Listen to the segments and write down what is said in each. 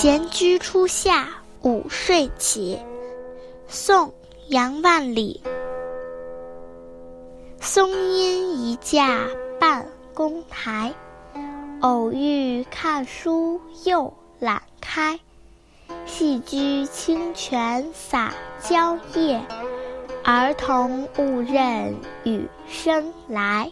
闲居初夏午睡起，宋·杨万里。松阴一架半公台，偶遇看书又懒开。细居清泉洒蕉叶，儿童误认雨声来。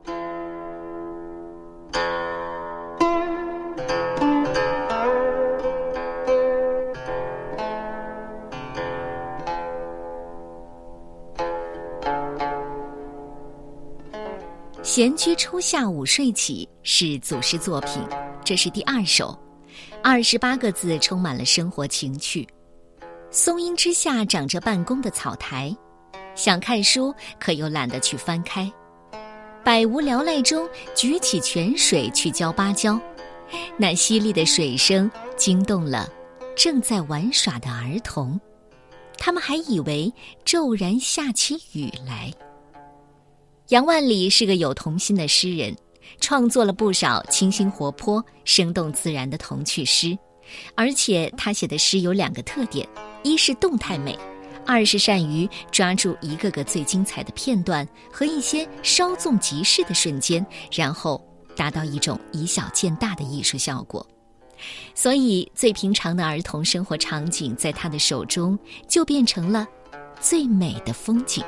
闲居初夏午睡起是祖诗作品，这是第2首，28个字充满了生活情趣。松阴之下长着半公的草台，想看书可又懒得去翻开，百无聊赖中举起泉水去浇芭蕉，那淅沥的水声惊动了正在玩耍的儿童，他们还以为骤然下起雨来。杨万里是个有童心的诗人，创作了不少清新活泼、生动自然的童趣诗，而且他写的诗有2个特点：一是动态美，2是善于抓住一个个最精彩的片段和一些稍纵即逝的瞬间，然后达到一种以小见大的艺术效果。所以最平常的儿童生活场景在他的手中就变成了最美的风景。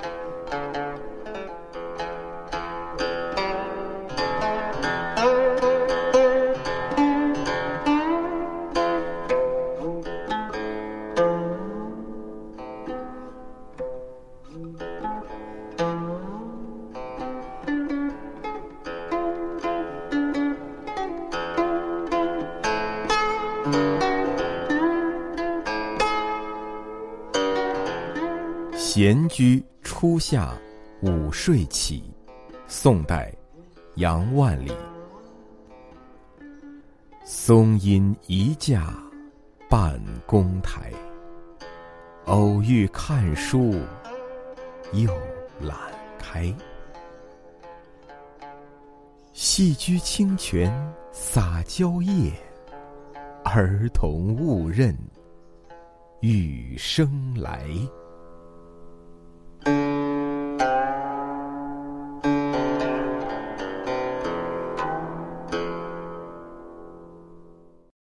闲居初夏午睡起，宋代杨万里。松阴一架半公台，偶遇看书又懒开。细居清泉洒蕉叶，儿童误认雨声来。